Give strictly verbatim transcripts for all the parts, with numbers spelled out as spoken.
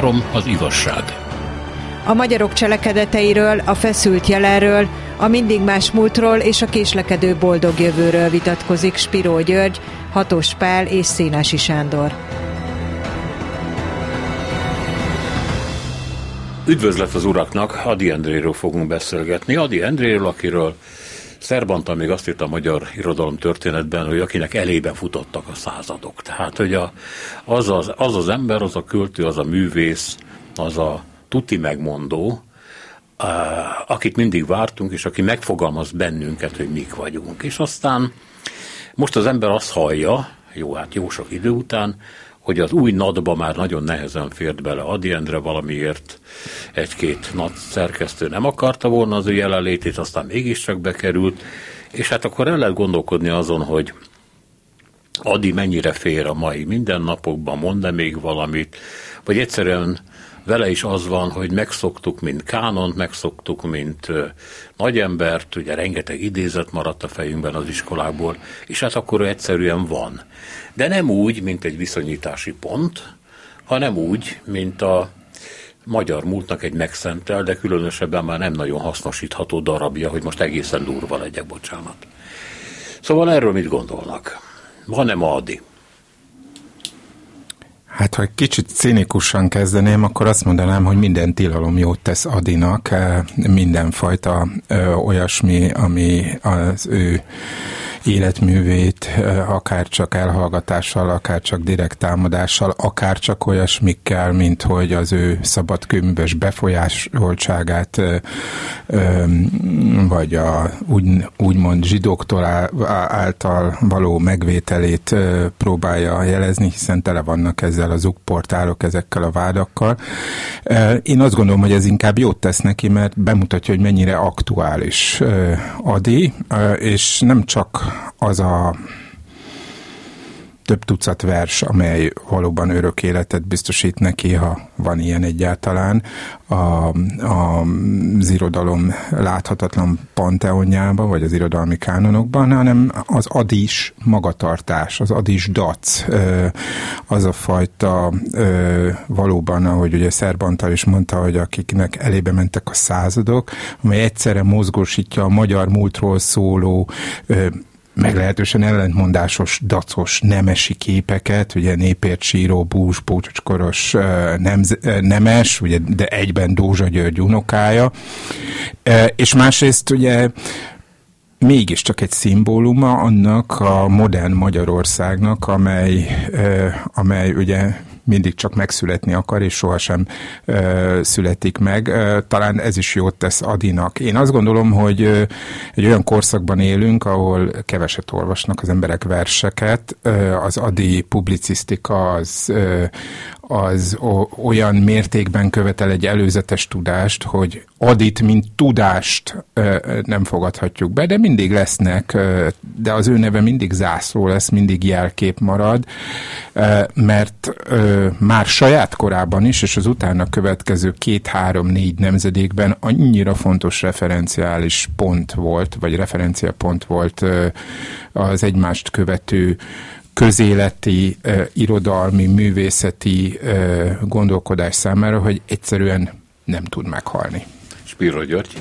Három az igazság. A magyarok cselekedeteiről, a feszült jelenről, a mindig más múltról és a késlekedő boldog jövőről vitatkozik Spiró György, Hatos Pál és Szénási Sándor. Üdvözlet az uraknak, Ady Endréről fogunk beszélgetni. Ady Endréről, akiről Szerb Antal még azt írta a magyar irodalom történetben, hogy akinek elében futottak a századok. Tehát, hogy a, az, az, az az ember, az a költő, az a művész, az a tuti megmondó, akit mindig vártunk, és aki megfogalmaz bennünket, hogy mik vagyunk. És aztán most az ember azt hallja, jó, hát jó sok idő után, hogy az új nadba már nagyon nehezen fért bele Ady Endre, valamiért egy-két nad szerkesztő nem akarta volna az ő jelenlétét, aztán mégiscsak bekerült, és hát akkor el lehet gondolkodni azon, hogy Ady mennyire fér a mai mindennapokban, mond-e még valamit, vagy egyszerűen vele is az van, hogy megszoktuk, mint kánont, megszoktuk, mint uh, nagyembert, ugye rengeteg idézet maradt a fejünkben az iskolákból, és hát akkor egyszerűen van. De nem úgy, mint egy viszonyítási pont, hanem úgy, mint a magyar múltnak egy megszentel, de különösebben már nem nagyon hasznosítható darabja, hogy most egészen durva legyek, bocsánat. Szóval erről mit gondolnak? Van-e ma Ady? Hát, ha egy kicsit cinikusan kezdeném, akkor azt mondanám, hogy minden tilalom jót tesz Adynak, mindenfajta ö, olyasmi, ami az ő életművét akár csak elhallgatással, akár csak direkt támadással, akár csak olyasmikkel, mint hogy az ő szabadkőműves befolyásoltságát, ö, ö, vagy a úgy, úgymond zsidóktól által való megvételét ö, próbálja jelezni, hiszen tele vannak ezzel az ukportálok, ezekkel a vádakkal. Én azt gondolom, hogy ez inkább jót tesz neki, mert bemutatja, hogy mennyire aktuális Ady, és nem csak az a több tucat vers, amely valóban örök életet biztosít neki, ha van ilyen egyáltalán, a, a, az irodalom láthatatlan panteonjába, vagy az irodalmi kánonokban, hanem az adis magatartás, az adis dac, az a fajta valóban, ahogy ugye Szerb Antal is mondta, hogy akiknek elébe mentek a századok, amely egyszerre mozgósítja a magyar múltról szóló meglehetősen ellentmondásos, dacos, nemesi képeket, ugye népért síró, bús, búcskoros nemz, nemes, ugye, de egyben Dózsa György unokája, és másrészt ugye mégiscsak egy szimbóluma annak a modern Magyarországnak, amely, amely ugye mindig csak megszületni akar, és sohasem ö, születik meg. Ö, talán ez is jót tesz Adynak. Én azt gondolom, hogy ö, egy olyan korszakban élünk, ahol keveset olvasnak az emberek verseket. Ö, az Ady publicisztika az, ö, az o, olyan mértékben követel egy előzetes tudást, hogy Adyt, mint tudást ö, nem fogadhatjuk be, de mindig lesznek, ö, de az ő neve mindig zászló lesz, mindig jelkép marad, ö, mert ö, már saját korában is, és az utána következő két-három-négy nemzedékben annyira fontos referenciális pont volt, vagy referenciapont volt az egymást követő közéleti, irodalmi, művészeti gondolkodás számára, hogy egyszerűen nem tud meghalni. Spiró György.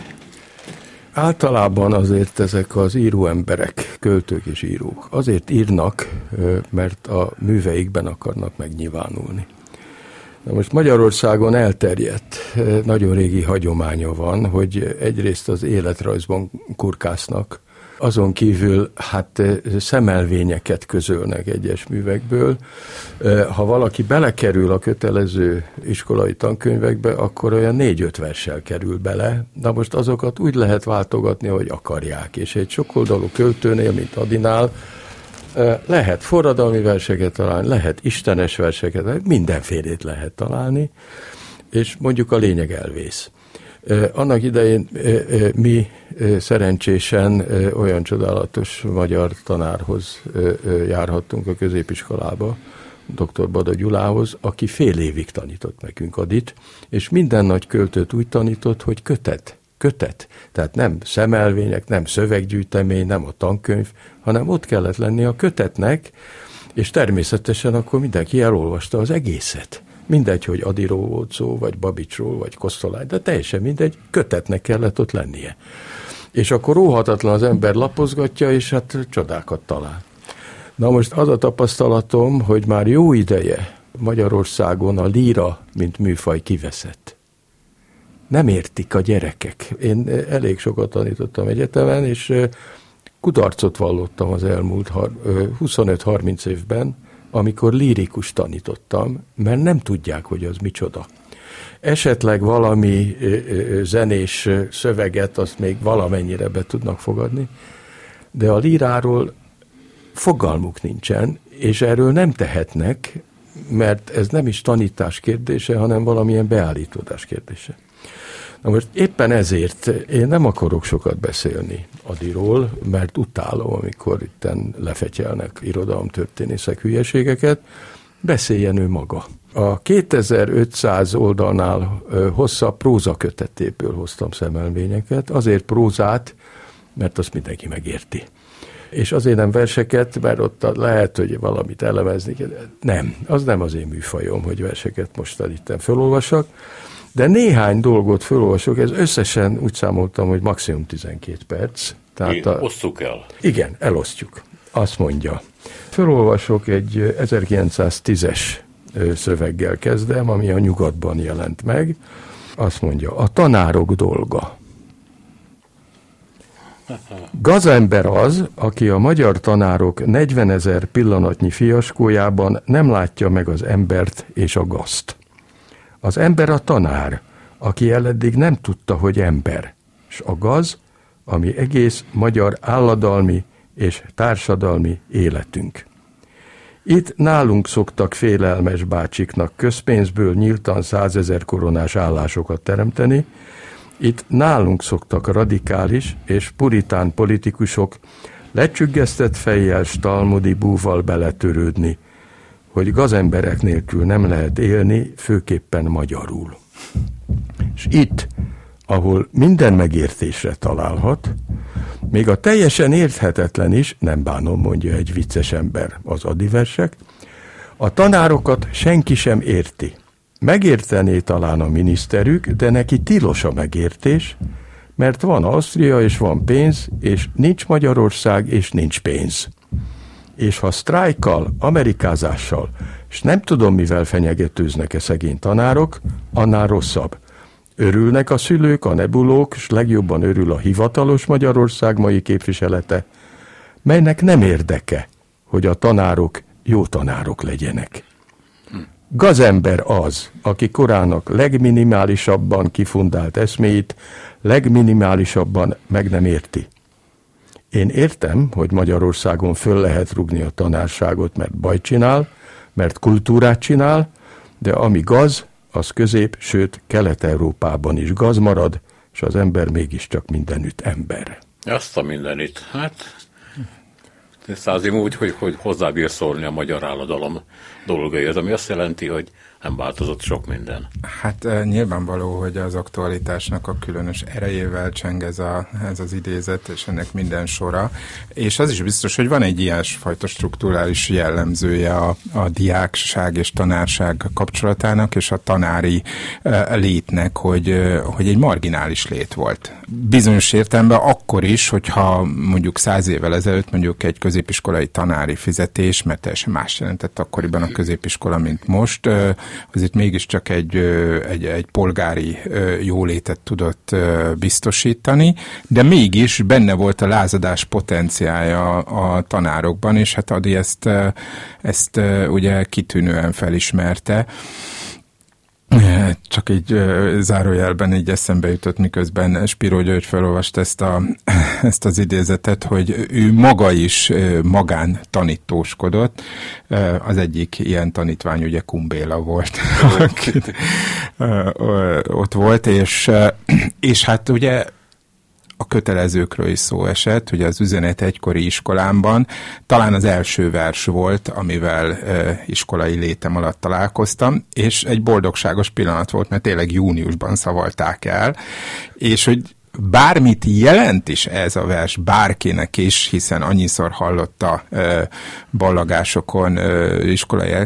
Általában azért ezek az író emberek, költők és írók azért írnak, mert a műveikben akarnak megnyilvánulni. Na most Magyarországon elterjedt, nagyon régi hagyománya van, hogy egyrészt az életrajzban kurkásznak, azon kívül hát szemelvényeket közölnek egyes művekből. Ha valaki belekerül a kötelező iskolai tankönyvekbe, akkor olyan négy-öt verssel kerül bele. Na most azokat úgy lehet váltogatni, ahogy akarják. És egy sokoldalú költőnél, mint Adynál, lehet forradalmi verseket találni, lehet istenes verseket, mindenfélét lehet találni, és mondjuk a lényeg elvész. Annak idején mi szerencsésen olyan csodálatos magyar tanárhoz járhattunk a középiskolába, dr. Bada Gyulához, aki fél évig tanított nekünk Adyt, és minden nagy költőt úgy tanított, hogy kötet, kötet. Tehát nem szemelvények, nem szöveggyűjtemény, nem a tankönyv, hanem ott kellett lenni a kötetnek, és természetesen akkor mindenki elolvasta az egészet. mindegy, hogy Adiról volt szó, vagy Babicsról, vagy Kosztolány, de teljesen mindegy, kötetnek kellett ott lennie. És akkor óhatatlan az ember lapozgatja, és hát csodákat talál. Na most az a tapasztalatom, hogy már jó ideje Magyarországon a líra, mint műfaj kiveszett. Nem értik a gyerekek. Én elég sokat tanítottam egyetemen, és kudarcot vallottam az elmúlt huszonöt-harminc évben, amikor lírikus tanítottam, mert nem tudják, hogy az micsoda. Esetleg valami zenés szöveget, azt még valamennyire be tudnak fogadni, de a líráról fogalmuk nincsen, és erről nem tehetnek, mert ez nem is tanítás kérdése, hanem valamilyen beállítódás kérdése. Na most éppen ezért én nem akarok sokat beszélni Adiról, mert utálom, amikor itten lefetyelnek irodalomtörténészek hülyeségeket, beszéljen ő maga. A kétezer-ötszáz oldalnál hosszabb próza kötetéből hoztam szemelményeket, azért prózát, mert azt mindenki megérti. És azért nem verseket, mert ott lehet, hogy valamit elemezni kell. Nem, az nem az én műfajom, hogy verseket most itt felolvassak, de néhány dolgot felolvasok, ez összesen úgy számoltam, hogy maximum tizenkét perc. Tehát a... Osszuk el. Igen, elosztjuk. Azt mondja. Felolvasok egy ezerkilencszáztízes szöveggel kezdem, ami a Nyugatban jelent meg. Azt mondja, a tanárok dolga. Gazember az, aki a magyar tanárok negyvenezer pillanatnyi fiaskójában nem látja meg az embert és a gazt. Az ember a tanár, aki eddig nem tudta, hogy ember, és a gaz, ami egész magyar álladalmi és társadalmi életünk. Itt nálunk szoktak félelmes bácsiknak közpénzből nyíltan százezer koronás állásokat teremteni, itt nálunk szoktak radikális és puritán politikusok lecsüggesztett fejjel s talmudi búval beletörődni, hogy gazemberek nélkül nem lehet élni, főképpen magyarul. És itt, ahol minden megértésre találhat, még a teljesen érthetetlen is, nem bánom, mondja egy vicces ember az adiversek, a tanárokat senki sem érti. Megértené talán a miniszterük, de neki tilos a megértés, mert van Ausztria, és van pénz, és nincs Magyarország, és nincs pénz. És ha sztrájkkal, amerikázással, és nem tudom mivel fenyegetőznek-e szegény tanárok, annál rosszabb. Örülnek a szülők, a nebulók, és legjobban örül a hivatalos Magyarország mai képviselete, melynek nem érdeke, hogy a tanárok jó tanárok legyenek. Gazember az, aki korának legminimálisabban kifundált eszméit, legminimálisabban meg nem érti. Én értem, hogy Magyarországon föl lehet rúgni a tanárságot, mert bajt csinál, mert kultúrát csinál, de ami gaz, az Közép, sőt Kelet-Európában is gaz marad, és az ember mégiscsak mindenütt ember. Azt a mindenütt. Hát, Százim úgy, hogy, hogy hozzábír szólni a magyar álladalom dolgaihoz, ami azt jelenti, hogy nem változott sok minden. Hát nyilvánvaló, hogy az aktualitásnak a különös erejével cseng ez, a, ez az idézet, és ennek minden sora. És az is biztos, hogy van egy ilyesfajta strukturális jellemzője a, a diákság és tanárság kapcsolatának, és a tanári uh, létnek, hogy, uh, hogy egy marginális lét volt. Bizonyos értelemben akkor is, hogyha mondjuk száz évvel ezelőtt mondjuk egy középiskolai tanári fizetés, mert teljesen más jelentett akkoriban a középiskola, mint most, uh, azért mégiscsak egy, egy, egy polgári jólétet tudott biztosítani, de mégis benne volt a lázadás potenciálja a tanárokban, és hát Ady ezt, ezt ugye kitűnően felismerte. Csak egy uh, zárójelben így eszembe jutott, miközben Spiró György felolvast ezt, a, ezt az idézetet, hogy ő maga is uh, magán tanítóskodott. Uh, az egyik ilyen tanítvány ugye Kumbéla volt, akit, uh, uh, ott volt, és, uh, és hát ugye a kötelezőkről is szó esett, hogy az Üzenet egykori iskolámban talán az első vers volt, amivel e, iskolai létem alatt találkoztam, és egy boldogságos pillanat volt, mert tényleg júniusban szavalták el, és hogy bármit jelent is ez a vers bárkinek is, hiszen annyiszor hallotta e, ballagásokon, e, iskolai el,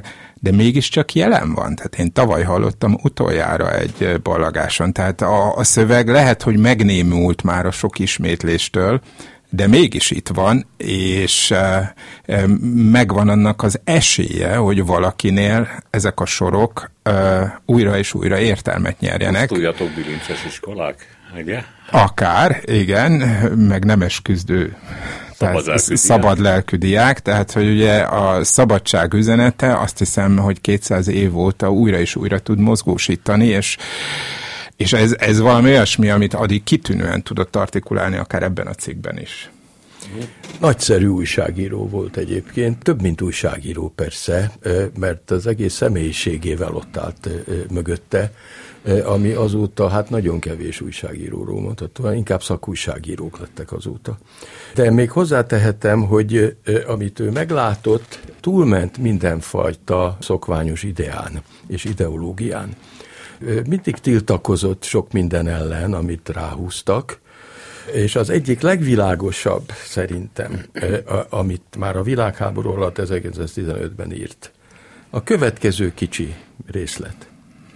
de mégiscsak jelen van. Tehát én tavaly hallottam utoljára egy ballagáson. Tehát a, a szöveg lehet, hogy megnémult már a sok ismétléstől, de mégis itt van, és e, e, megvan annak az esélye, hogy valakinél ezek a sorok e, újra és újra értelmet nyerjenek. Tudjatok bilinces iskolák, ugye? Akár, igen, meg nemes küzdő, Szabad lelkű, szabad lelkű diák, tehát hogy ugye a szabadság üzenete azt hiszem, hogy kétszáz év óta újra és újra tud mozgósítani, és És ez, ez valami olyasmi, amit addig kitűnően tudott artikulálni, akár ebben a cikkben is. Nagyszerű újságíró volt egyébként, több mint újságíró persze, mert az egész személyiségével ott állt mögötte, ami azóta hát nagyon kevés újságíróról mondható, inkább szakújságírók lettek azóta. De még hozzátehetem, hogy amit ő meglátott, túlment mindenfajta szokványos ideán és ideológián. Mindig tiltakozott sok minden ellen, amit ráhúztak, és az egyik legvilágosabb szerintem, amit már a világháború alatt ezerkilencszáztizenötben írt, a következő kicsi részlet.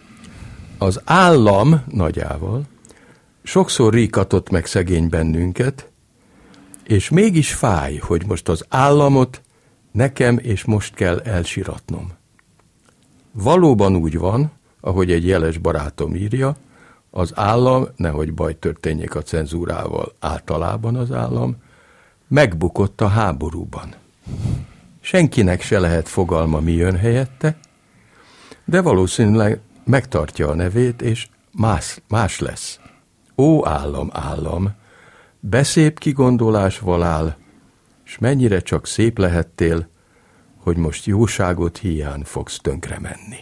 Az állam nagyával sokszor ríkatott meg szegény bennünket, és mégis fáj, hogy most az államot nekem és most kell elsiratnom. Valóban úgy van, ahogy egy jeles barátom írja, az állam, nehogy baj történjék a cenzúrával, általában az állam, megbukott a háborúban. Senkinek se lehet fogalma, mi jön helyette, de valószínűleg megtartja a nevét, és más, más lesz. Ó állam, állam, beszép kigondolásval áll, s mennyire csak szép lehettél, hogy most jóságot hiány fogsz tönkre menni.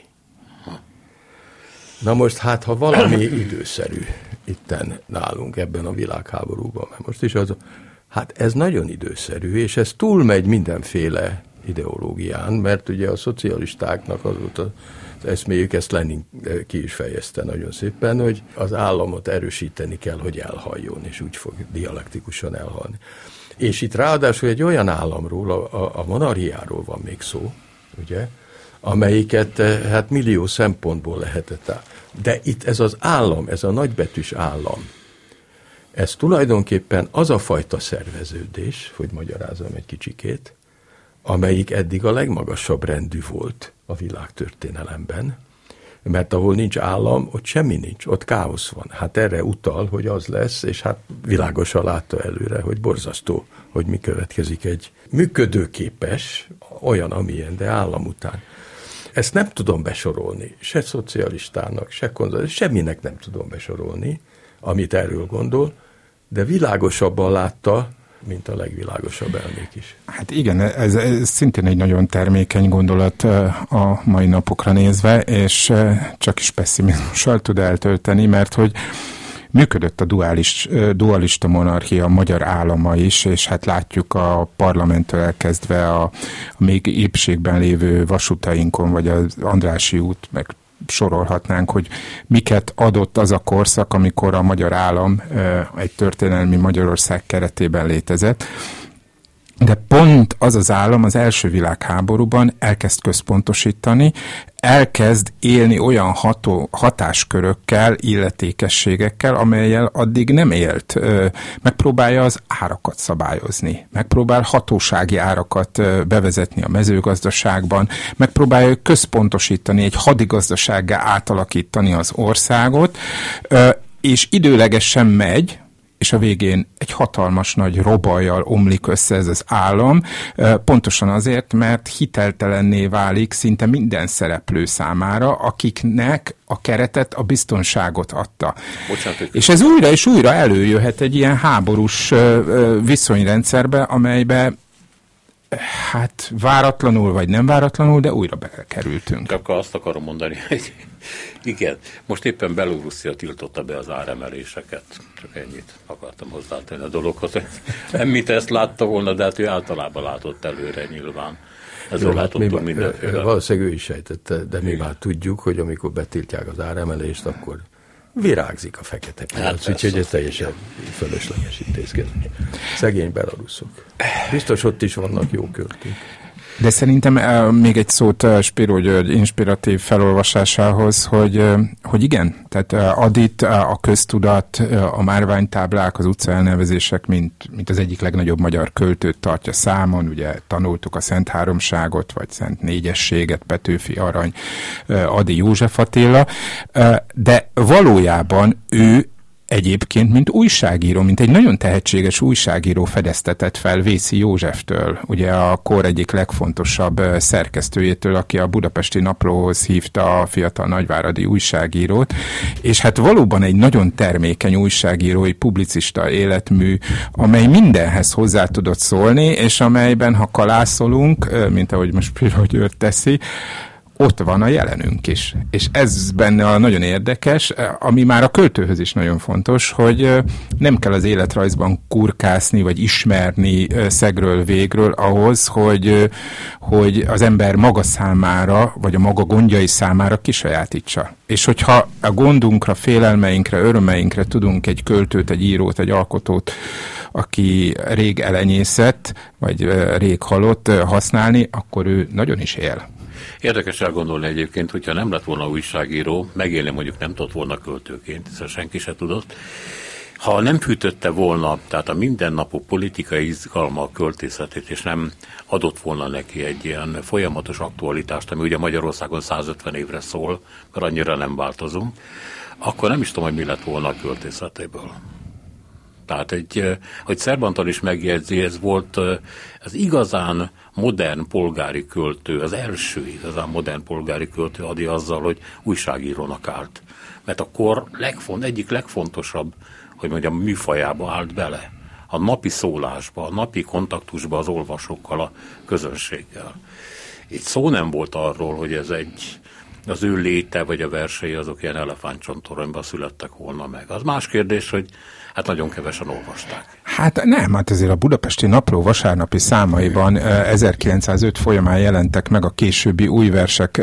Na most hát, ha valami időszerű itten nálunk ebben a világháborúban, mert most is az, hát ez nagyon időszerű, és ez túlmegy mindenféle ideológián, mert ugye a szocialistáknak az volt az eszméjük, ezt Lenin ki is fejezte nagyon szépen, hogy az államot erősíteni kell, hogy elhaljon, és úgy fog dialektikusan elhalni. És itt ráadásul egy olyan államról, a, a monarchiáról van még szó, ugye, amelyiket hát millió szempontból lehetett áll. De itt ez az állam, ez a nagybetűs állam, ez tulajdonképpen az a fajta szerveződés, hogy magyarázom egy kicsikét, amelyik eddig a legmagasabb rendű volt a világtörténelemben, mert ahol nincs állam, ott semmi nincs, ott káosz van. Hát erre utal, hogy az lesz, és hát világosan látta előre, hogy borzasztó, hogy mi következik egy működőképes, olyan, amilyen, de állam után. Ezt nem tudom besorolni, se szocialistának, se konzervatív, semminek nem tudom besorolni, amit erről gondol, de világosabban látta, mint a legvilágosabb elmék is. Hát igen, ez, ez szintén egy nagyon termékeny gondolat a mai napokra nézve, és csak is pesszimizmussal tud eltölteni, mert hogy működött a duális, dualista monarchia, a magyar állama is, és hát látjuk a parlamenttől elkezdve a, a még épségben lévő vasutainkon, vagy az Andrássy út, meg sorolhatnánk, hogy miket adott az a korszak, amikor a magyar állam egy történelmi Magyarország keretében létezett. De pont az az állam az első világháborúban elkezd központosítani, elkezd élni olyan ható, hatáskörökkel, illetékességekkel, amellyel addig nem élt. Megpróbálja az árakat szabályozni, megpróbál hatósági árakat bevezetni a mezőgazdaságban, megpróbálja központosítani, egy hadigazdasággá átalakítani az országot, és időlegesen megy, és a végén egy hatalmas nagy robajjal omlik össze ez az állam, pontosan azért, mert hiteltelenné válik szinte minden szereplő számára, akiknek a keretet, a biztonságot adta. Bocsánat, és ez újra és újra előjöhet egy ilyen háborús viszonyrendszerbe, amelybe hát váratlanul vagy nem váratlanul, de újra belekerültünk. Akkor azt akarom mondani, hogy igen, most éppen Belorusszia tiltotta be az áremeléseket. Csak ennyit akartam hozzátenni a dologhoz. Nem mit ezt látta volna, de hát ő általában látott előre nyilván. Ezzel Jó, hát mi mindenféle. Valószínűleg ő is sejtette, de mi már tudjuk, hogy amikor betiltják az áremelést, akkor virágzik a fekete piac, hát úgyhogy ez teljesen fölösleges intézkedés. Szegény belaruszok. Biztos ott is vannak jó költők. De szerintem még egy szót Spiró György inspiratív felolvasásához, hogy, hogy igen, tehát Adit, a köztudat, a márványtáblák, az utca elnevezések, mint, mint az egyik legnagyobb magyar költőt tartja számon, ugye tanultuk a Szent Háromságot, vagy Szent Négyességet, Petőfi Arany, Ady József Attila, de valójában ő egyébként, mint újságíró, mint egy nagyon tehetséges újságíró fedeztetett fel Vészi Józseftől, ugye a kor egyik legfontosabb szerkesztőjétől, aki a Budapesti Naplóhoz hívta a fiatal nagyváradi újságírót, és hát valóban egy nagyon termékeny újságírói, publicista életmű, amely mindenhez hozzá tudott szólni, és amelyben, ha kalászolunk, mint ahogy most Spiró György teszi, ott van a jelenünk is. És ez benne a nagyon érdekes, ami már a költőhöz is nagyon fontos, hogy nem kell az életrajzban kurkászni, vagy ismerni szegről végről ahhoz, hogy, hogy az ember maga számára, vagy a maga gondjai számára kisajátítsa. És hogyha a gondunkra, félelmeinkre, örömeinkre tudunk egy költőt, egy írót, egy alkotót, aki rég elenyészett, vagy rég halott használni, akkor ő nagyon is él. Érdekes elgondolni egyébként, hogyha nem lett volna újságíró, megélni mondjuk nem tudott volna költőként, hiszen senki se tudott. Ha nem fűtötte volna, tehát a mindennapok politikai izgalma költészetét, és nem adott volna neki egy ilyen folyamatos aktualitást, ami ugye Magyarországon százötven évre szól, mert annyira nem változunk, akkor nem is tudom, hogy mi lett volna a költészetéből. Tehát, egy, hogy Szerbantal is megjegyzi, ez volt az igazán modern polgári költő, az első igazán modern polgári költő Ady azzal, hogy újságírónak állt. Mert a kor legfont, egyik legfontosabb, hogy mondjam, műfajába állt bele. A napi szólásba, a napi kontaktusba az olvasókkal, a közönséggel. Itt szó nem volt arról, hogy ez egy, az ő léte vagy a versei azok ilyen elefántcsontoronyban születtek volna meg. Az más kérdés, hogy hát nagyon kevesen olvasták. Hát nem, hát azért a Budapesti Napló vasárnapi számaiban ezerkilencszázöt folyamán jelentek meg a későbbi új versek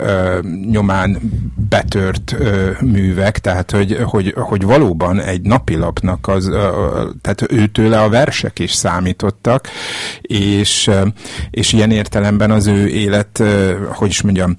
nyomán betört művek, tehát hogy, hogy, hogy valóban egy napilapnak az, tehát őtőle a versek is számítottak, és, és ilyen értelemben az ő élet, hogy is mondjam,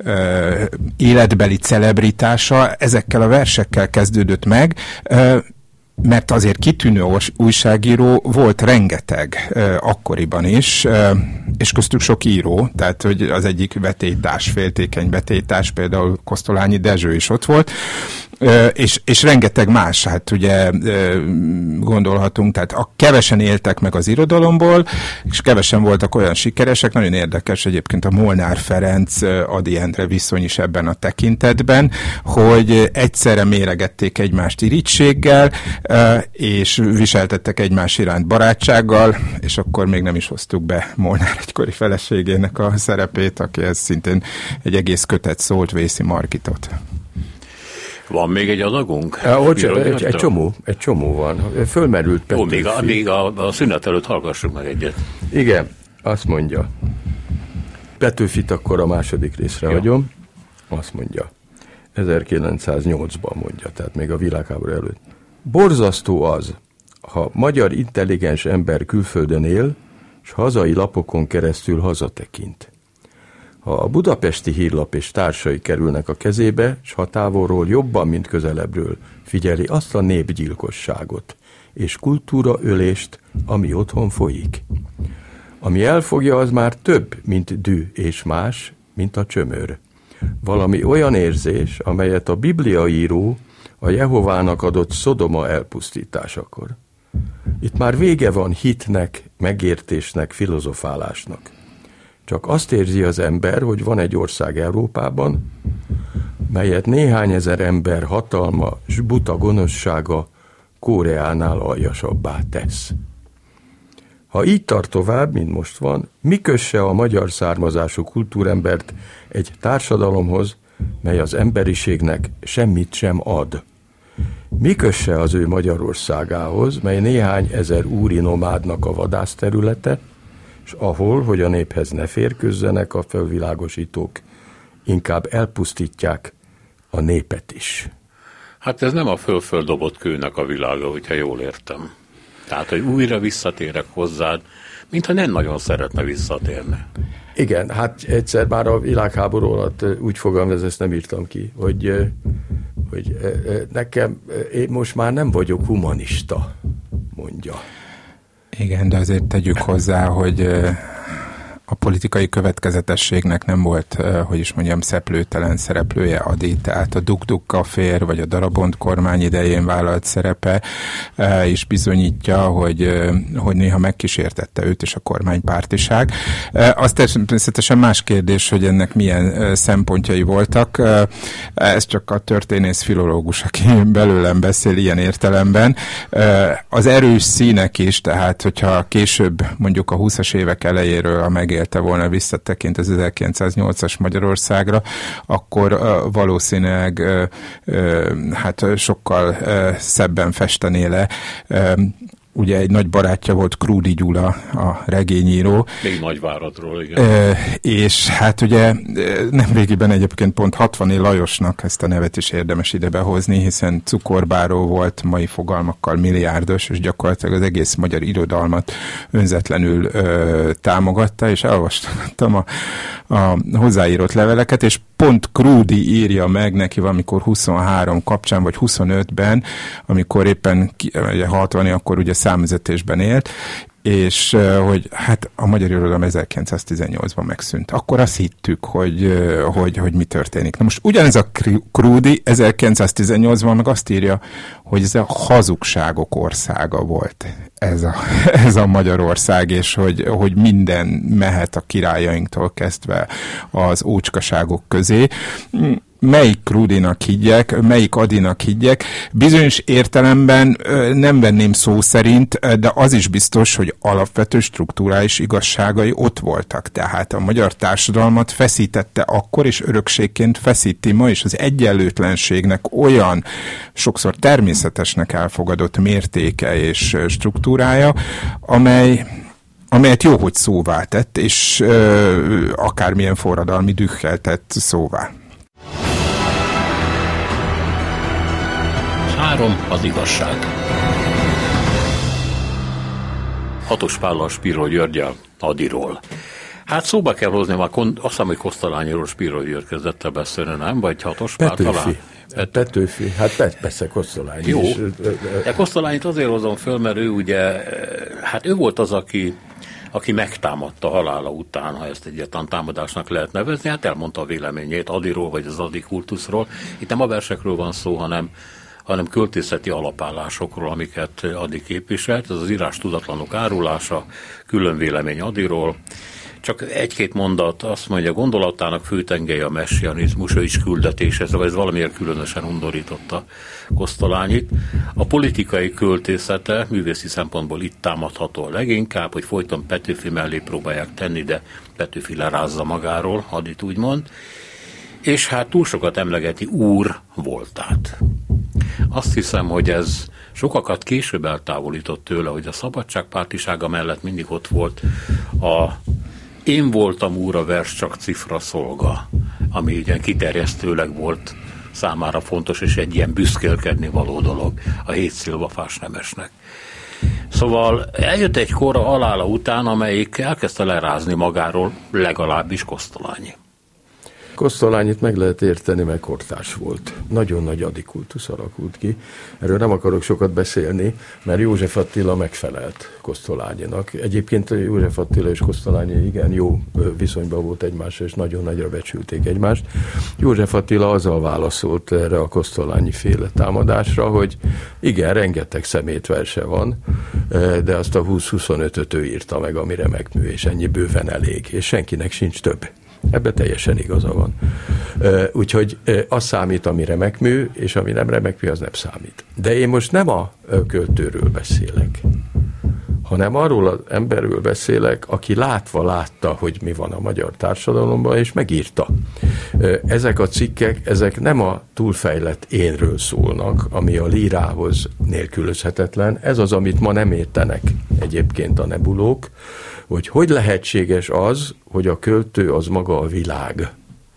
életbeli celebritása ezekkel a versekkel kezdődött meg, mert azért kitűnő újságíró volt rengeteg uh, akkoriban is, uh, és köztük sok író, tehát hogy az egyik vetélytárs, féltékeny vetélytárs, például Kosztolányi Dezső is ott volt, uh, és, és rengeteg más, hát ugye uh, gondolhatunk, tehát a kevesen éltek meg az irodalomból, és kevesen voltak olyan sikeresek, nagyon érdekes egyébként a Molnár Ferenc, uh, Ady Endre viszony is ebben a tekintetben, hogy egyszerre méregették egymást irítséggel, és viseltettek egymás iránt barátsággal, és akkor még nem is hoztuk be Molnár egykori feleségének a szerepét, aki ez szintén egy egész kötet szólt, Vészi Margitot. Van még egy adagunk? Hogy, egy, egy csomó, egy csomó van. Fölmerült Petőfi. Ó, még a, még a, a szünet előtt hallgassuk meg egyet. Igen, azt mondja. Petőfit akkor a második részre Jó. hagyom. Azt mondja. ezerkilencszáznyolcban mondja, tehát még a világháború előtt. Borzasztó az, ha magyar intelligens ember külföldön él, s hazai lapokon keresztül hazatekint. Ha a Budapesti Hírlap és társai kerülnek a kezébe, s ha távolról jobban, mint közelebbről figyeli azt a népgyilkosságot és kultúraölést, ami otthon folyik. Ami elfogja, az már több, mint dű és más, mint a csömör. Valami olyan érzés, amelyet a bibliaíró a Jehovának adott Szodoma elpusztításakor. Itt már vége van hitnek, megértésnek, filozofálásnak. Csak azt érzi az ember, hogy van egy ország Európában, melyet néhány ezer ember hatalma s buta gonoszsága Koreánál aljasabbá tesz. Ha így tart tovább, mint most van, mi kösse a magyar származású kultúrembert egy társadalomhoz, mely az emberiségnek semmit sem ad? Mi kösse az ő Magyarországához, mely néhány ezer úri nomádnak a vadászterülete, s ahol, hogy a néphez ne férkőzzenek a felvilágosítók, inkább elpusztítják a népet is. Hát ez nem a föl-föl dobott kőnek a világa, hogyha jól értem. Tehát, hogy újra visszatérek hozzád, mintha nem nagyon szeretne visszatérni. Igen, hát egyszer már a világháború alatt úgy fogalmaz, ezt nem írtam ki, hogy, hogy nekem, én most már nem vagyok humanista, mondja. Igen, de azért tegyük hozzá, hogy a politikai következetességnek nem volt, hogy is mondjam, szeplőtelen szereplője Ady, tehát a Duk-Duk kafér, vagy a Darabont kormány idején vállalt szerepe is bizonyítja, hogy, hogy néha megkísértette őt is a kormánypártiság. Az természetesen más kérdés, hogy ennek milyen szempontjai voltak. Ez csak a történész filológus, aki belőlem beszél ilyen értelemben. Az erős színek is, tehát hogyha később mondjuk a húszas évek elejéről a megél volna visszatekint az ezerkilencszáznyolcas Magyarországra, akkor uh, valószínűleg uh, uh, hát sokkal uh, szebben festené le. Uh, Ugye egy nagy barátja volt Krúdy Gyula, a regényíró. Még Nagyváradról, igen. E, és hát ugye nemrégiben egyébként pont Hatvani Lajosnak ezt a nevet is érdemes ide behozni, hiszen cukorbáró volt, mai fogalmakkal milliárdos, és gyakorlatilag az egész magyar irodalmat önzetlenül ö, támogatta, és elolvastam a, a hozzáírott leveleket, és pont Krúdy írja meg neki valamikor huszonhárom kapcsán, vagy huszonötben, amikor éppen ugye Hatvani akkor ugye számüzetésben élt, és hogy hát a magyar irodalom ezerkilencszáztizennyolcban megszűnt. Akkor azt hittük, hogy, hogy, hogy mi történik. Na most ugyanez a Krúdy ezerkilencszáztizennyolcban meg azt írja, hogy ez a hazugságok országa volt ez a, ez a Magyarország, és hogy, hogy minden mehet a királyainktól kezdve az ócskaságok közé. Melyik Krúdynak higgyek, melyik Adynak higgyek. Bizonyos értelemben nem venném szó szerint, de az is biztos, hogy alapvető strukturális igazságai ott voltak. Tehát a magyar társadalmat feszítette akkor, és örökségként feszíti ma, és az egyenlőtlenségnek olyan sokszor természetesnek elfogadott mértéke és struktúrája, amely amelyet jó, hogy szóvá tett, és ö, akármilyen forradalmi dühkel tett szóvá. Három az igazság. Hatos Pállal, Spiro Györgyel, Adyról. Hát szóba kell hozni, már kon- azt hiszem, hogy Kosztolányiról Spiro György kezdett el beszélni, nem? Vagy Hatos Pál talán? Pet- Petőfi, hát persze Kosztolányi. Jó, is. De Kosztolányit azért hozom föl, mert ő ugye, hát ő volt az, aki aki megtámadta halála után, ha ezt egyáltalán támadásnak lehet nevezni, hát elmondta a véleményét Adyról, vagy az Ady kultuszról. Itt nem a versekről van szó, hanem, hanem költészeti alapállásokról, amiket Ady képviselt. Ez az írás tudatlanok árulása, külön vélemény Adyról. Csak egy-két mondat, azt mondja, gondolatának főtengelye a messianizmus, ő is küldetéshez, vagy ez valamiért különösen undorította Kosztolányit. A politikai költészete művészi szempontból itt támadható a leginkább, hogy folyton Petőfi mellé próbálják tenni, de Petőfi lerázza magáról, Adyt úgymond. És hát túl sokat emlegeti úr voltát. Azt hiszem, hogy ez sokakat később eltávolított tőle, hogy a szabadságpártisága mellett mindig ott volt a én voltam úr a vers csak cifra szolga, ami ugye kiterjesztőleg volt számára fontos, és egy ilyen büszkélkedni való dolog a hét szilvafás nemesnek. Szóval eljött egy kor a halála után, amelyik elkezdte lerázni magáról, legalábbis Kosztolányi. Kosztolányit meg lehet érteni, mert kortárs volt. Nagyon nagy Ady kultusz alakult ki. Erről nem akarok sokat beszélni, mert József Attila megfelelt Kosztolányinak. Egyébként József Attila és Kosztolányi igen jó viszonyban volt egymással, és nagyon nagyra becsülték egymást. József Attila azzal válaszolt erre a Kosztolányi féle támadásra, hogy igen, rengeteg szemétverse van, de azt a húsz-huszonötöt ő írta meg, ami remek mű, és ennyi bőven elég, és senkinek sincs több. Ebben teljesen igaza van. Úgyhogy az számít, ami remek mű, és ami nem remek mű, az nem számít. De én most nem a költőről beszélek, hanem arról az emberről beszélek, aki látva látta, hogy mi van a magyar társadalomban, és megírta. Ezek a cikkek, ezek nem a túlfejlett énről szólnak, ami a lírához nélkülözhetetlen. Ez az, amit ma nem értenek egyébként a nebulók, hogy hogy lehetséges az, hogy a költő az maga a világ.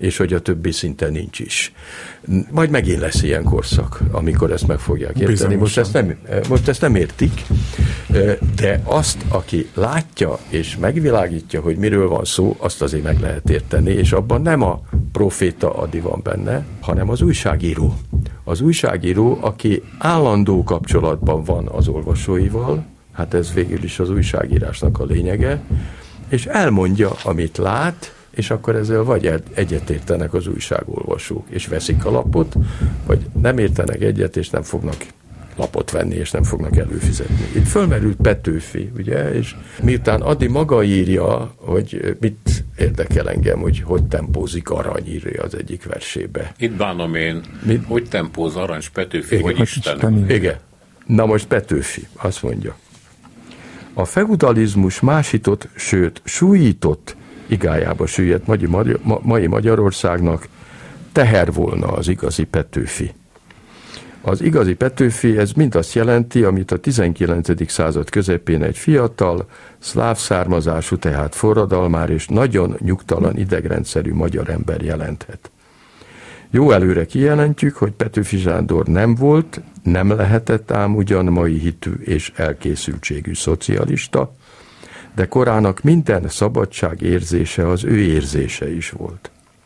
és hogy a többi szinte nincs is. Majd megint lesz ilyen korszak, amikor ezt meg fogják érteni. Most ezt, nem, most ezt nem értik, de azt, aki látja és megvilágítja, hogy miről van szó, azt azért meg lehet érteni, és abban nem a proféta Ady van benne, hanem az újságíró. Az újságíró, aki állandó kapcsolatban van az olvasóival, hát ez végül is az újságírásnak a lényege, és elmondja, amit lát, és akkor ezzel vagy egyetértenek az újságolvasók, és veszik a lapot, vagy nem értenek egyet, és nem fognak lapot venni, és nem fognak előfizetni. Itt fölmerült Petőfi, ugye, és miután Ady maga írja, hogy mit érdekel engem, hogy hogy tempózik Arany, írja az egyik versébe. Itt bánom én, mit? Hogy tempóz Arany, Petőfi, igen, hogy Isten. Igen. Na most Petőfi azt mondja. A feudalizmus másított, sőt súlyított igájába süllyedt mai, mai Magyarországnak teher volna az igazi Petőfi. Az igazi Petőfi, ez mind azt jelenti, amit a tizenkilencedik század közepén egy fiatal, szláv származású, tehát forradalmár és nagyon nyugtalan idegrendszerű magyar ember jelenthet. Jó előre kijelentjük, hogy Petőfi Sándor nem volt, nem lehetett ám ugyan mai hitű és elkészültségű szocialista, de korának minden szabadság érzése az ő érzése is volt.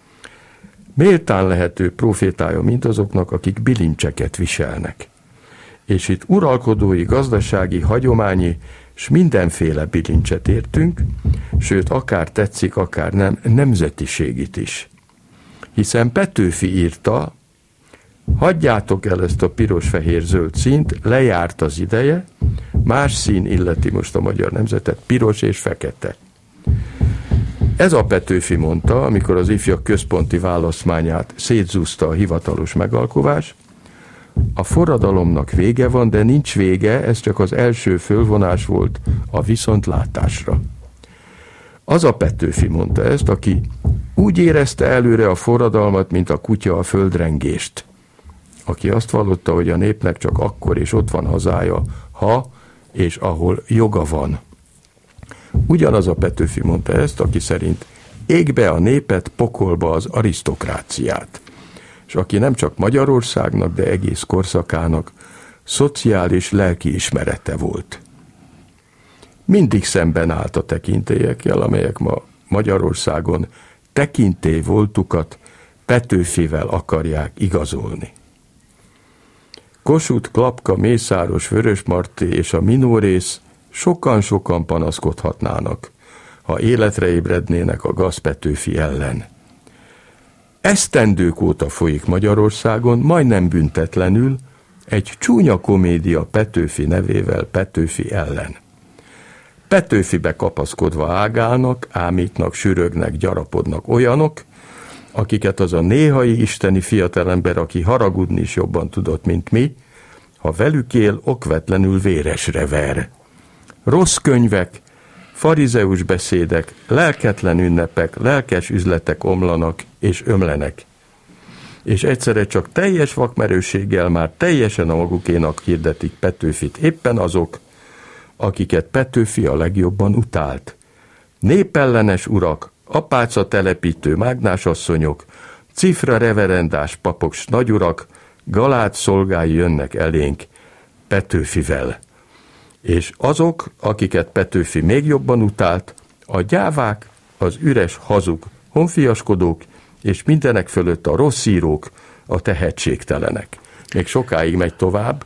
Méltán lehető profétája mindazoknak, akik bilincseket viselnek. És itt uralkodói, gazdasági, hagyományi s mindenféle bilincset értünk, sőt, akár tetszik, akár nem, nemzetiségit is. Hiszen Petőfi írta, hagyjátok el ezt a piros-fehér-zöld színt, lejárt az ideje, más szín illeti most a magyar nemzetet, piros és fekete. Ez a Petőfi mondta, amikor az ifjak központi választmányát szétzúzta a hivatalos megalkovás, a forradalomnak vége van, de nincs vége, ez csak az első fölvonás volt a viszontlátásra. Az a Petőfi mondta ezt, aki úgy érezte előre a forradalmat, mint a kutya a földrengést. Aki azt vallotta, hogy a népnek csak akkor és ott van hazája, ha és ahol joga van. Ugyanaz a Petőfi mondta ezt, aki szerint égbe a népet, pokolba az arisztokráciát. És aki nem csak Magyarországnak, de egész korszakának szociális lelkiismerete volt. Mindig szemben állt a tekintélyekkel, amelyek ma Magyarországon tekintély voltukat Petőfivel akarják igazolni. Kossuth, Klapka, Mészáros, Vörösmarty és a Minorész sokan-sokan panaszkodhatnának, ha életre ébrednének a Gasz Petőfi ellen. Esztendők óta folyik Magyarországon, majdnem büntetlenül, egy csúnya komédia Petőfi nevével Petőfi ellen. Petőfibe kapaszkodva ágálnak, ámítnak, sürögnek, gyarapodnak olyanok, akiket az a néhai isteni fiatalember, aki haragudni is jobban tudott, mint mi, ha velük él, okvetlenül véresre ver. Rossz könyvek, farizeus beszédek, lelketlen ünnepek, lelkes üzletek omlanak és ömlenek. És egyszerre csak teljes vakmerősséggel már teljesen a magukénak hirdetik Petőfit éppen azok, akiket Petőfi a legjobban utált. Népellenes urak, apáca telepítő mágnásasszonyok, cifra reverendás papok s nagyurak, galát szolgái jönnek elénk Petőfivel. És azok, akiket Petőfi még jobban utált, a gyávák, az üres hazug honfiaskodók, és mindenek fölött a rossz írók, a tehetségtelenek. Még sokáig megy tovább.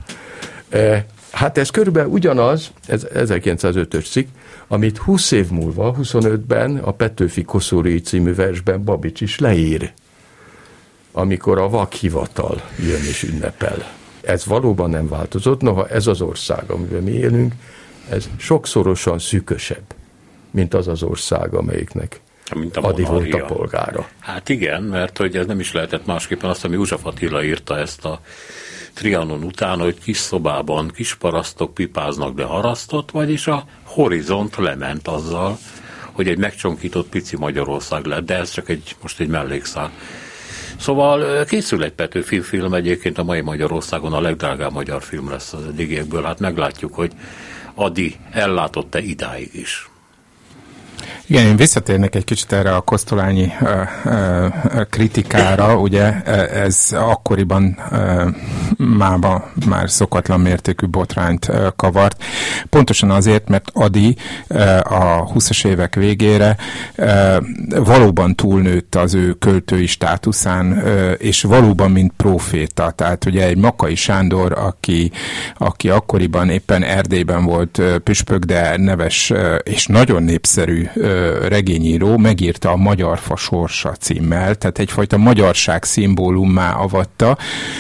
Hát ez körülbelül ugyanaz, ez ezerkilencszázötös cikk, amit húsz év múlva, huszonötben a Petőfi Koszorúi című versben Babics is leír, amikor a vakhivatal jön és ünnepel. Ez valóban nem változott, noha ez az ország, amiben mi élünk, ez sokszorosan szűkösebb, mint az az ország, amelyiknek Ady volt a polgára. Hát igen, mert hogy ez nem is lehetett másképpen azt, ami József Attila írta ezt a Trianon után, hogy kis szobában kis parasztok pipáznak, de harasztott, vagyis a horizont lement azzal, hogy egy megcsonkított pici Magyarország lett, de ez csak egy, most egy mellékszál. Szóval készül egy Petőfi film, egyébként a mai Magyarországon a legdrágább magyar film lesz az eddigiekből, hát meglátjuk, hogy Ady ellátott-e idáig is. Igen, én visszatérnek egy kicsit erre a kosztolányi uh, uh, kritikára, ugye ez akkoriban uh, mába már szokatlan mértékű botrányt uh, kavart. Pontosan azért, mert Ady uh, a huszas évek végére uh, valóban túlnőtt az ő költői státuszán, uh, és valóban mint proféta. Tehát ugye egy Makay Sándor, aki, aki akkoriban éppen Erdélyben volt uh, püspök, de neves uh, és nagyon népszerű uh, regényíró, megírta a Magyar fa sorsa címmel, tehát egyfajta magyarság szimbólummá avatta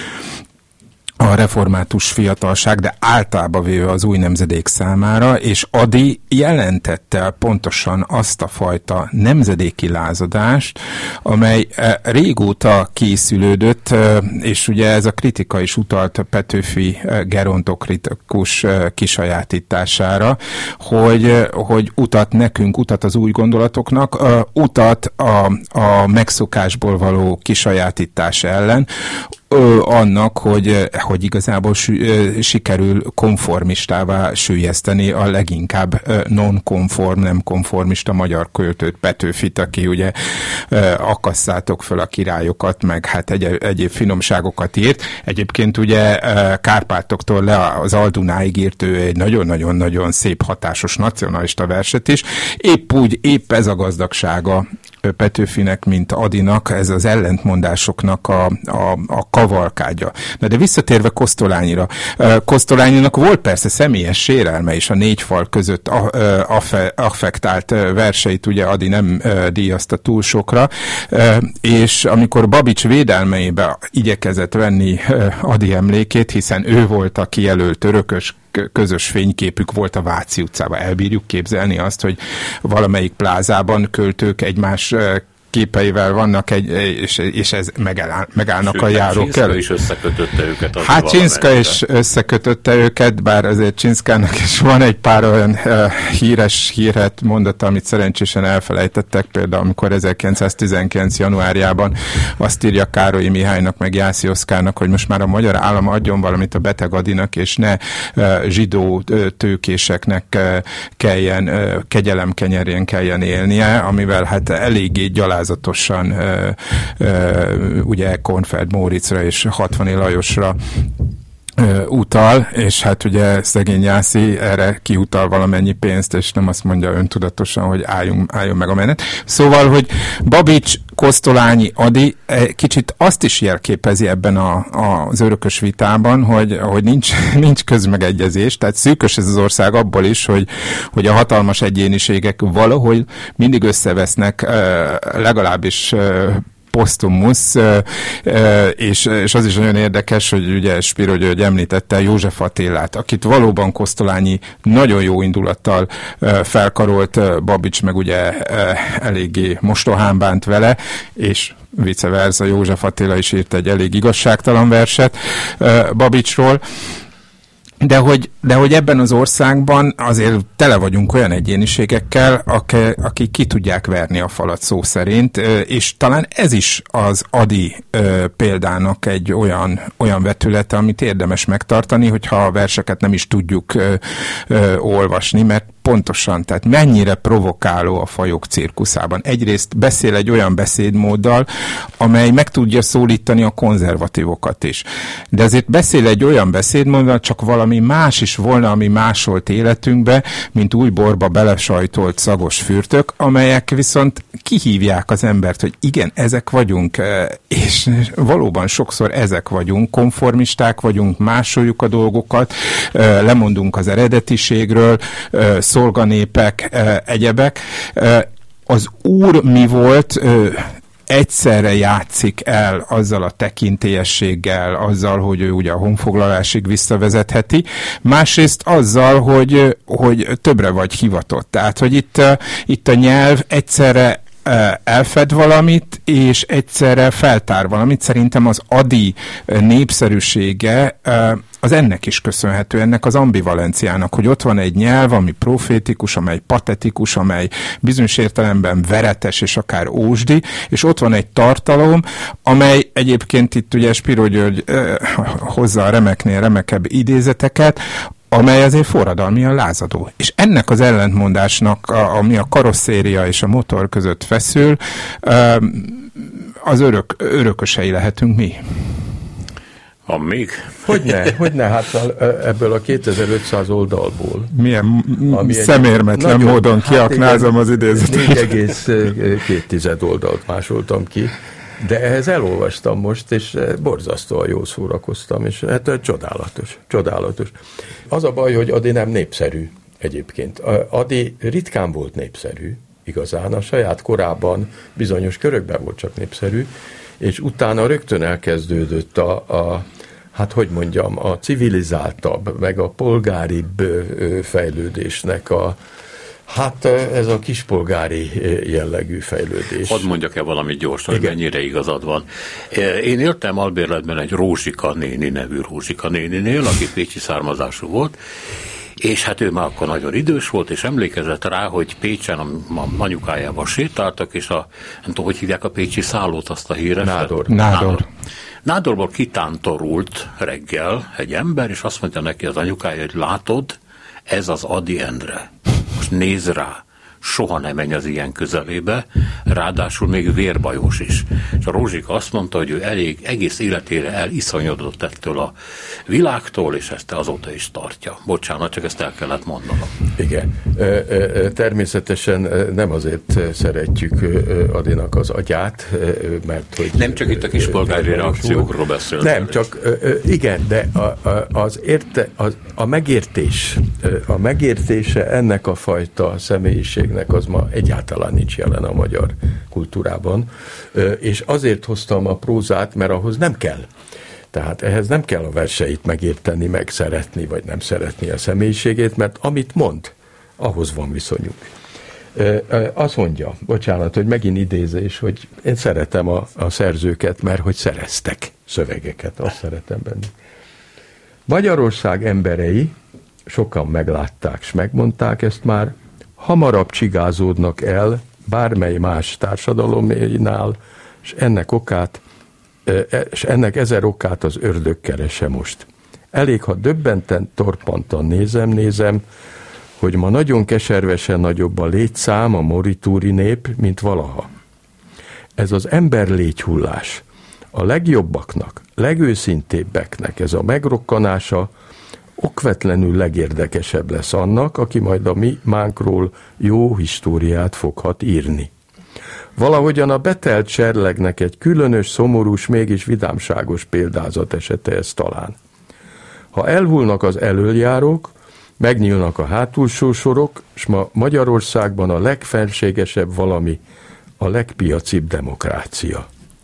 a református fiatalság, de általában véve az új nemzedék számára, és Ady jelentette pontosan azt a fajta nemzedéki lázadást, amely régóta készülődött, és ugye ez a kritika is utalt Petőfi gerontokratikus kisajátítására, hogy, hogy utat nekünk, utat az új gondolatoknak, utat a, a megszokásból való kisajátítás ellen, Ö, annak, hogy, hogy igazából sü, sikerül konformistává süllyeszteni a leginkább non-konform, nem konformista magyar költőt, Petőfit, aki ugye akasszátok föl a királyokat, meg hát egy, egyéb finomságokat írt. Egyébként ugye Kárpátoktól le az Aldunáig írt ő egy nagyon-nagyon-nagyon szép, hatásos nacionalista verset is. Épp úgy, épp ez a gazdagsága Petőfinek, mint Adynak, ez az ellentmondásoknak a, a, a kavalkádja. Na de visszatérve Kosztolányira. Kosztolányinak volt persze személyes sérelme is, a négy fal között affektált verseit ugye Ady nem díjazta túl sokra, és amikor Babics védelmeibe igyekezett venni Ady emlékét, hiszen ő volt a kijelölt örökös, közös fényképük volt a Váci utcában. Elbírjuk képzelni azt, hogy valamelyik plázában költők egymás képeivel vannak, egy, és, és ez megáll, megállnak Sőt, a járók el. is összekötötte őket. Hát Csinszka is összekötötte őket, bár azért Csinszkának is van egy pár olyan uh, híres hírhet mondata, amit szerencsésen elfelejtettek, például amikor ezerkilencszáztizenkilenc januárjában azt írja Károlyi Mihálynak, meg Jászi Oszkárnak, hogy most már a magyar állam adjon valamit a beteg Adynak, és ne uh, zsidó uh, tőkéseknek uh, kelljen, uh, kegyelem kenyerén kelljen élnie, amivel hát eléggé gyalázatosan ö, ö, ugye Kornfeld Móriczra és Hatvani Lajosra ö, utal, és hát ugye szegény Jászi erre kiutal valamennyi pénzt, és nem azt mondja öntudatosan, hogy álljunk, álljon meg a menet. Szóval, hogy Babics, Kosztolányi, Ady kicsit azt is jelképezi ebben a, a, az örökös vitában, hogy, hogy nincs, nincs közmegegyezés, tehát szűkös ez az ország abból is, hogy, hogy a hatalmas egyéniségek valahogy mindig összevesznek, legalábbis posztumusz, és, és az is nagyon érdekes, hogy ugye Spiro György említette József Attilát, akit valóban Kosztolányi nagyon jó indulattal felkarolt, Babics meg ugye eléggé mostohán bánt vele, és vice versa, József Attila is írt egy elég igazságtalan verset Babicsról. De hogy, de hogy ebben az országban azért tele vagyunk olyan egyéniségekkel, akik, akik ki tudják verni a falat szó szerint, és talán ez is az Ady példának egy olyan, olyan vetülete, amit érdemes megtartani, hogyha a verseket nem is tudjuk ö, ö, olvasni, mert pontosan, tehát mennyire provokáló a fajok cirkuszában. Egyrészt beszél egy olyan beszédmóddal, amely meg tudja szólítani a konzervatívokat is. De azért beszél egy olyan beszédmóddal, csak valami más is volna, ami másolt életünkbe, mint új borba belesajtolt szagos fürtök, amelyek viszont kihívják az embert, hogy igen, ezek vagyunk, és valóban sokszor ezek vagyunk, konformisták vagyunk, másoljuk a dolgokat, lemondunk az eredetiségről, szolganépek, egyebek. Az úr mi volt, egyszerre játszik el azzal a tekintélyességgel, azzal, hogy ő ugye a honfoglalásig visszavezetheti, másrészt azzal, hogy, hogy többre vagy hivatott. Tehát, hogy itt, itt a nyelv egyszerre elfed valamit, és egyszerre feltár valamit. Szerintem az Ady népszerűsége az ennek is köszönhető, ennek az ambivalenciának, hogy ott van egy nyelv, ami profétikus, amely patetikus, amely bizonyos értelemben veretes, és akár ósdi, és ott van egy tartalom, amely egyébként itt ugye Spiro György eh, hozza a remeknél remekebb idézeteket, amely azért forradalmian lázadó. És ennek az ellentmondásnak, a, ami a karosszéria és a motor között feszül, az örök, örökösei lehetünk mi. Van még? Hogyne, hogyne, hát ebből a kétezer-ötszáz oldalból. Milyen szemérmetlen nagyon, módon kiaknázom hát az idézetet. négy egész két oldalt másoltam ki, de ehhez elolvastam most, és borzasztóan jól szórakoztam, és hát csodálatos, csodálatos. Az a baj, hogy Ady nem népszerű egyébként. Ady ritkán volt népszerű, igazán, a saját korában bizonyos körökben volt csak népszerű, és utána rögtön elkezdődött a, a hát hogy mondjam, a civilizáltabb, meg a polgáribb fejlődésnek a, hát ez a kispolgári jellegű fejlődés. Hadd mondjak el valamit gyorsan, hogy mennyire igazad van. Én éltem albérletben egy Rózsika néni nevű Rózsika néninél, aki pécsi származású volt, és hát ő már akkor nagyon idős volt, és emlékezett rá, hogy Pécsen a, a anyukájával sétáltak, és a, nem tudom, hogy hívják a pécsi szállót, azt a híres. Nádor. Nádor. Nádor. Nádorból kitántorult reggel egy ember, és azt mondja neki az anyukája, hogy látod, ez az Ady Endre. Most nézz rá. Soha nem menj az ilyen közelébe, ráadásul még vérbajos is. És a Rózsika azt mondta, hogy ő elég, egész életére eliszonyodott ettől a világtól, és ezt azóta is tartja. Bocsánat, csak ezt el kellett mondanom. Igen. Természetesen nem azért szeretjük Adynak az agyát, mert hogy... Nem csak itt a kispolgári reakciókról beszélünk. Nem, csak igen, de az érte, az, a megértés, a megértése ennek a fajta személyiség az ma egyáltalán nincs jelen a magyar kultúrában, és azért hoztam a prózát, mert ahhoz nem kell. Tehát ehhez nem kell a verseit megérteni, meg szeretni, vagy nem szeretni a személyiségét, mert amit mond, ahhoz van viszonyunk. Azt mondja, bocsánat, hogy megint idézés, hogy én szeretem a, a szerzőket, mert hogy szereztek szövegeket, azt szeretem benne. Magyarország emberei, sokan meglátták, s megmondták ezt már, hamarabb csigázódnak el bármely más társadaloménál, és ennek okát, és ennek ezer okát az ördög keresse most. Elég, ha döbbenten, torpantan nézem, nézem, hogy ma nagyon keservesen nagyobb a létszám, a moritúri nép, mint valaha. Ez az ember légyhullás. A legjobbaknak, legőszintébbeknek ez a megrokkanása okvetlenül legérdekesebb lesz annak, aki majd a mi mánkról jó históriát foghat írni. Valahogyan a betelt serlegnek egy különös, szomorús, mégis vidámságos példázat esete ez talán. Ha elhullnak az elöljárók, megnyílnak a hátulsó sorok, s ma Magyarországban a legfenségesebb valami, a legpiacibb demokrácia.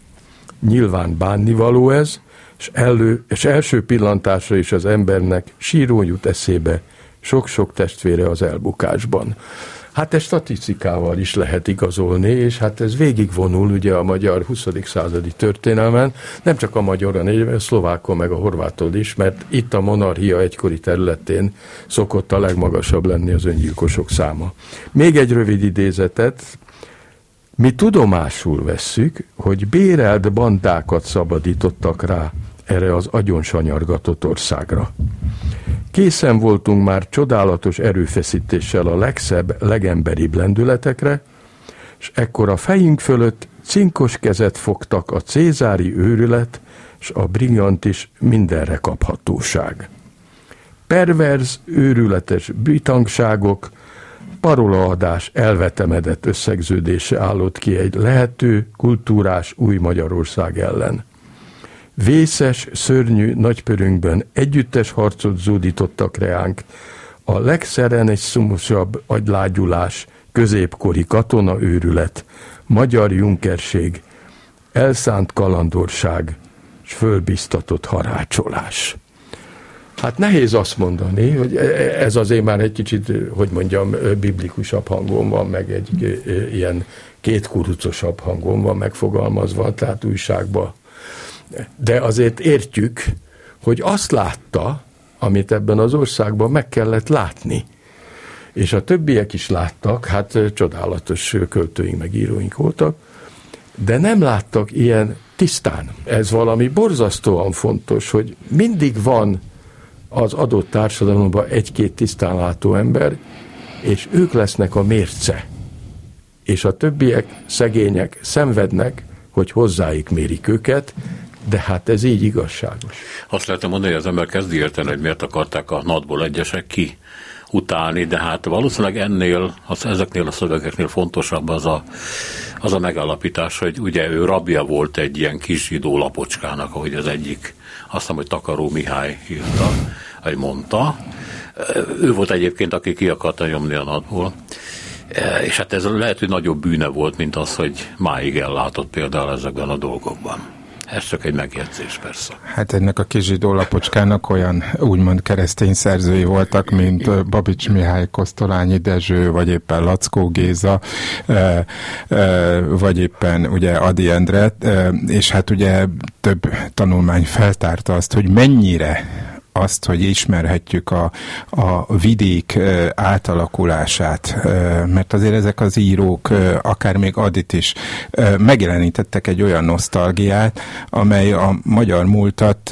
Nyilván bánnivaló ez, és, elő, és első pillantásra is az embernek síró jut eszébe sok-sok testvére az elbukásban. Hát ezt statisztikával is lehet igazolni, és hát ez végigvonul ugye a magyar huszadik századi történelmen, nem csak a magyaron, a szlovákon meg a horváton is, mert itt a monarchia egykori területén szokott a legmagasabb lenni az öngyilkosok száma. Még egy rövid idézetet. Mi tudomásul vesszük, hogy bérelt bandákat szabadítottak rá erre az agyonsanyargatott országra. Készen voltunk már csodálatos erőfeszítéssel a legszebb, legemberibb lendületekre, és ekkor a fejünk fölött cinkos kezet fogtak a cézári őrület és a brillantis mindenre kaphatóság. Perverz, őrületes bitangságok, parolaadás elvetemedett összegződése állott ki egy lehető, kultúrás új Magyarország ellen. Vészes, szörnyű nagypörünkben együttes harcot zúdítottak reánk a legszerenisszimusabb agylágyulás, középkori katona őrület, magyar junkerség, elszánt kalandorság és fölbiztatott harácsolás. Hát nehéz azt mondani, hogy ez azért már egy kicsit, hogy mondjam, biblikusabb hangon van, meg egy ilyen kétkurucosabb hangon van megfogalmazva, tehát újságban. De azért értjük, hogy azt látta, amit ebben az országban meg kellett látni. És a többiek is láttak, hát csodálatos költőink meg íróink voltak, de nem láttak ilyen tisztán. Ez valami borzasztóan fontos, hogy mindig van az adott társadalomban egy-két tisztánlátó ember, és ők lesznek a mérce. És a többiek, szegények szenvednek, hogy hozzájuk mérik őket, de hát ez így igazságos. Azt lehetem mondani, hogy az ember kezdi érteni, hogy miért akarták a NAD-ból egyesek ki utálni, de hát valószínűleg ennél, az, ezeknél a szövegeknél fontosabb az a, az a megállapítás, hogy ugye ő rabja volt egy ilyen kis zsidó lapocskának, ahogy az egyik, azt hiszem, hogy Takaró Mihály írta, vagy mondta. Ő volt egyébként, aki ki akarta nyomni a NAD-ból. És hát ez lehet, hogy nagyobb bűne volt, mint az, hogy máig ellátott például ezekben a dolgokban. Ez csak egy megjegyzés, persze. Hát ennek a kis zsidó lapocskának olyan úgymond keresztény szerzői voltak, mint Babics Mihály, Kosztolányi Dezső, vagy éppen Lackó Géza, vagy éppen ugye Ady Endre, és hát ugye több tanulmány feltárta azt, hogy mennyire azt, hogy ismerhetjük a, a vidék átalakulását, mert azért ezek az írók, akár még Adit is megjelenítettek egy olyan nosztalgiát, amely a magyar múltat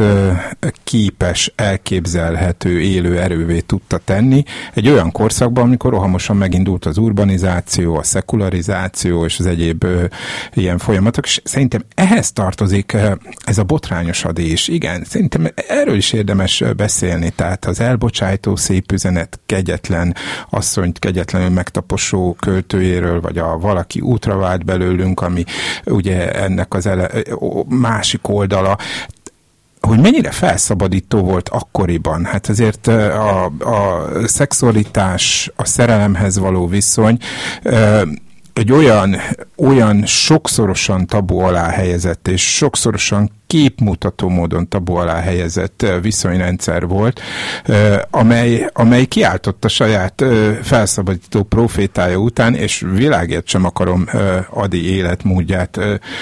képes, elképzelhető, élő erővé tudta tenni. Egy olyan korszakban, amikor rohamosan megindult az urbanizáció, a szekularizáció és az egyéb ilyen folyamatok, és szerintem ehhez tartozik ez a botrányos Ady is. Igen, szerintem erről is érdemes beszélni, tehát az elbocsájtó szép üzenet kegyetlen asszonyt kegyetlenül megtaposó költőjéről, vagy a valaki útra vált belőlünk, ami ugye ennek az ele, másik oldala, hogy mennyire felszabadító volt akkoriban. Hát azért a, a szexualitás, a szerelemhez való viszony egy olyan, olyan sokszorosan tabu alá helyezett, és sokszorosan képmutató módon tabu alá helyezett viszonyrendszer volt, amely, amely kiáltott a saját felszabadító profétája után, és világért sem akarom Ady életmódját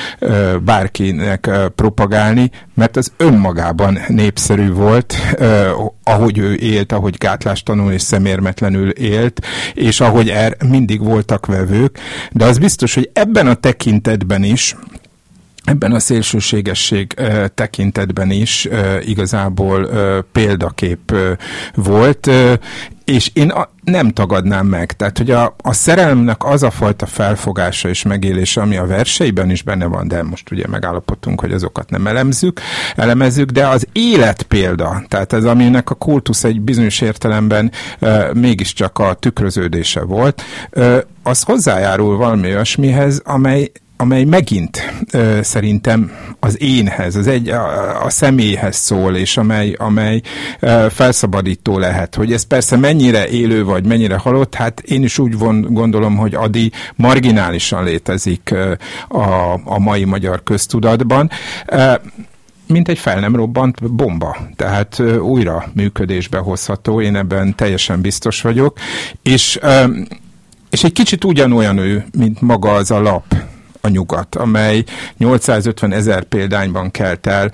bárkinek propagálni, mert az önmagában népszerű volt, ahogy ő élt, ahogy gátlástalanul és szemérmetlenül élt, és ahogy er mindig voltak vevők, de az biztos, hogy ebben a tekintetben is, ebben a szélsőségesség uh, tekintetben is uh, igazából uh, példakép uh, volt, uh, és én a, nem tagadnám meg. Tehát, hogy a, a szerelemnek az a fajta felfogása és megélése, ami a verseiben is benne van, de most ugye megállapodtunk, hogy azokat nem elemzük, elemezzük, de az életpélda, tehát ez, aminek a kultusz egy bizonyos értelemben uh, mégiscsak a tükröződése volt, uh, az hozzájárul valami olyasmihez, amely amely megint ö, szerintem az énhez, az egy, a, a személyhez szól, és amely, amely ö, felszabadító lehet. Hogy ez persze mennyire élő vagy, mennyire halott, hát én is úgy von, gondolom, hogy Ady marginálisan létezik ö, a, a mai magyar köztudatban. Ö, mint egy fel nem robbant bomba. Tehát ö, újra működésbe hozható, én ebben teljesen biztos vagyok. És, ö, és egy kicsit ugyanolyan ő, mint maga az a lap, a Nyugat, amely nyolcszázötven ezer példányban kelt el,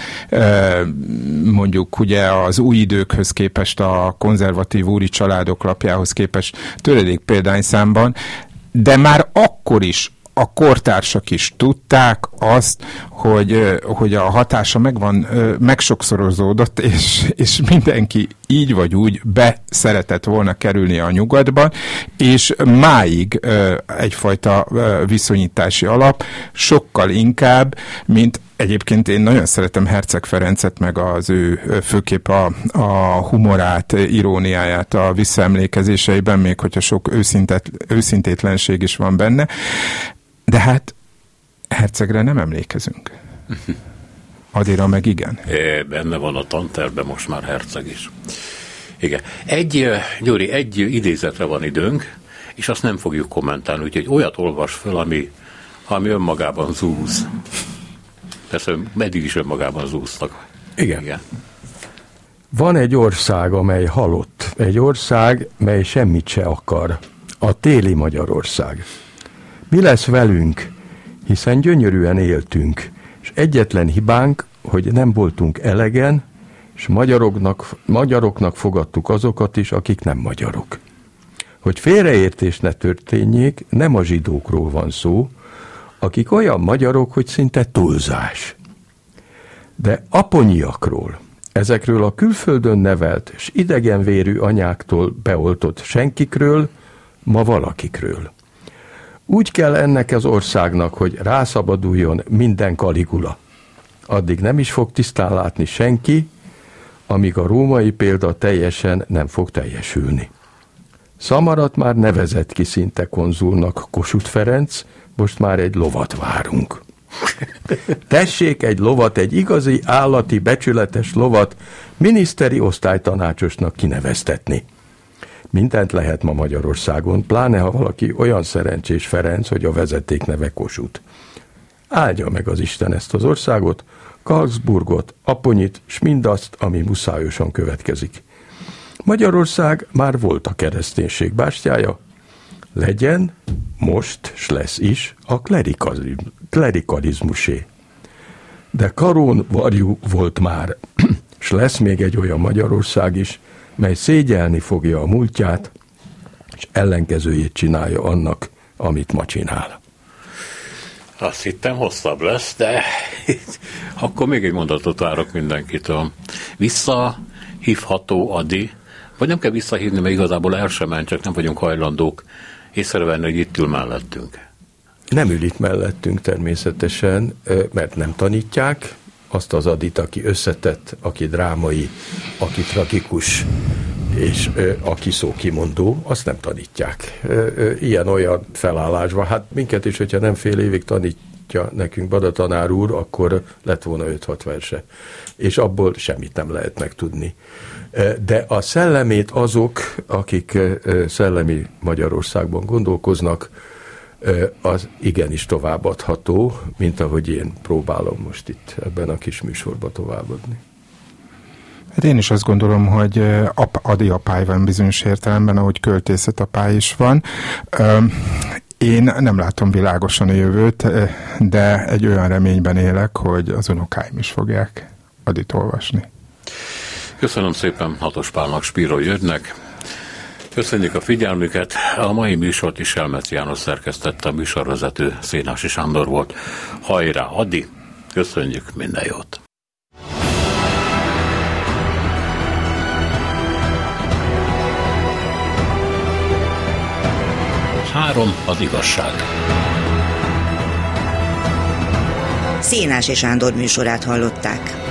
mondjuk ugye az új időkhöz képest, a konzervatív úri családok lapjához képest töredék példányszámban, de már akkor is a kortársak is tudták azt, hogy, hogy a hatása megvan, megsokszorozódott, és, és mindenki így vagy úgy be szeretett volna kerülni a Nyugatban, és máig egyfajta viszonyítási alap, sokkal inkább, mint egyébként én nagyon szeretem Herceg Ferencet, meg az ő főképp a, a humorát, iróniáját a visszaemlékezéseiben, még hogyha sok őszintet, őszintétlenség is van benne, de hát Hercegre nem emlékezünk. Adyra meg igen. É, benne van a tantervben most már Herceg is. Igen. Egy, Gyuri, egy idézetre van időnk, és azt nem fogjuk kommentálni, úgyhogy olyat olvas föl, ami, ami önmagában zúz. Persze meddig is önmagában zúztak. Igen. Igen. Van egy ország, amely halott. Egy ország, mely semmit se akar. A téli Magyarország. Mi lesz velünk, hiszen gyönyörűen éltünk, és egyetlen hibánk, hogy nem voltunk elegen, és magyaroknak, magyaroknak fogadtuk azokat is, akik nem magyarok. Hogy félreértés ne történjék, nem a zsidókról van szó, akik olyan magyarok, hogy szinte túlzás. De aponyiakról, Ezekről a külföldön nevelt és idegenvérű anyáktól beoltott senkikről, ma valakikről. Úgy kell ennek az országnak, hogy rászabaduljon minden Kaligula. Addig nem is fog tisztán látni senki, amíg a római példa teljesen nem fog teljesülni. Szamarat már nevezett ki szinte konzulnak Kossuth Ferenc, most már egy lovat várunk. Tessék egy lovat, egy igazi állati, becsületes lovat miniszteri osztálytanácsosnak kineveztetni. Mindent lehet ma Magyarországon, pláne ha valaki olyan szerencsés Ferenc, hogy a vezeték neve Kossuth. Áldja meg az Isten ezt az országot, Karlsburgot, Aponyit, s mindazt, ami muszályosan következik. Magyarország már volt a kereszténység bástyája, legyen, most, s lesz is a klerikalizmusé. De Karón varjú volt már, s lesz még egy olyan Magyarország is, mely szégyelni fogja a múltját, és ellenkezőjét csinálja annak, amit ma csinál. Azt hittem hosszabb lesz, de akkor még egy mondatot várok mindenkitől. Visszahívható Adi, vagy nem kell visszahívni, mert igazából el sem ment, csak nem vagyunk hajlandók észrevenni, hogy itt ül mellettünk. Nem ül itt mellettünk természetesen, mert nem tanítják azt az Adit, aki összetett, aki drámai, aki tragikus, és aki szókimondó, azt nem tanítják. Ilyen-olyan felállásban. Hát minket is, hogyha nem fél évig tanítja nekünk Bada tanár úr, akkor lett volna öt-hat verse. És abból semmit nem lehet megtudni. De a szellemét azok, akik szellemi Magyarországban gondolkoznak, az igenis továbbadható, mint ahogy én próbálom most itt ebben a kis műsorban továbbadni. Hát én is azt gondolom, hogy Adi apály van bizonyos értelemben, ahogy költészet apály is van. Én nem látom világosan a jövőt, de egy olyan reményben élek, hogy az unokáim is fogják Adit olvasni. Köszönöm szépen Hatos Pálnak, Spiro Györgynek. Köszönjük a figyelmüket. A mai műsort is Selmeci János szerkesztette, a műsorvezető Szénási Sándor volt. Hajrá, Adi! Köszönjük, minden jót! Három az igazság. Szénási Sándor műsorát hallották.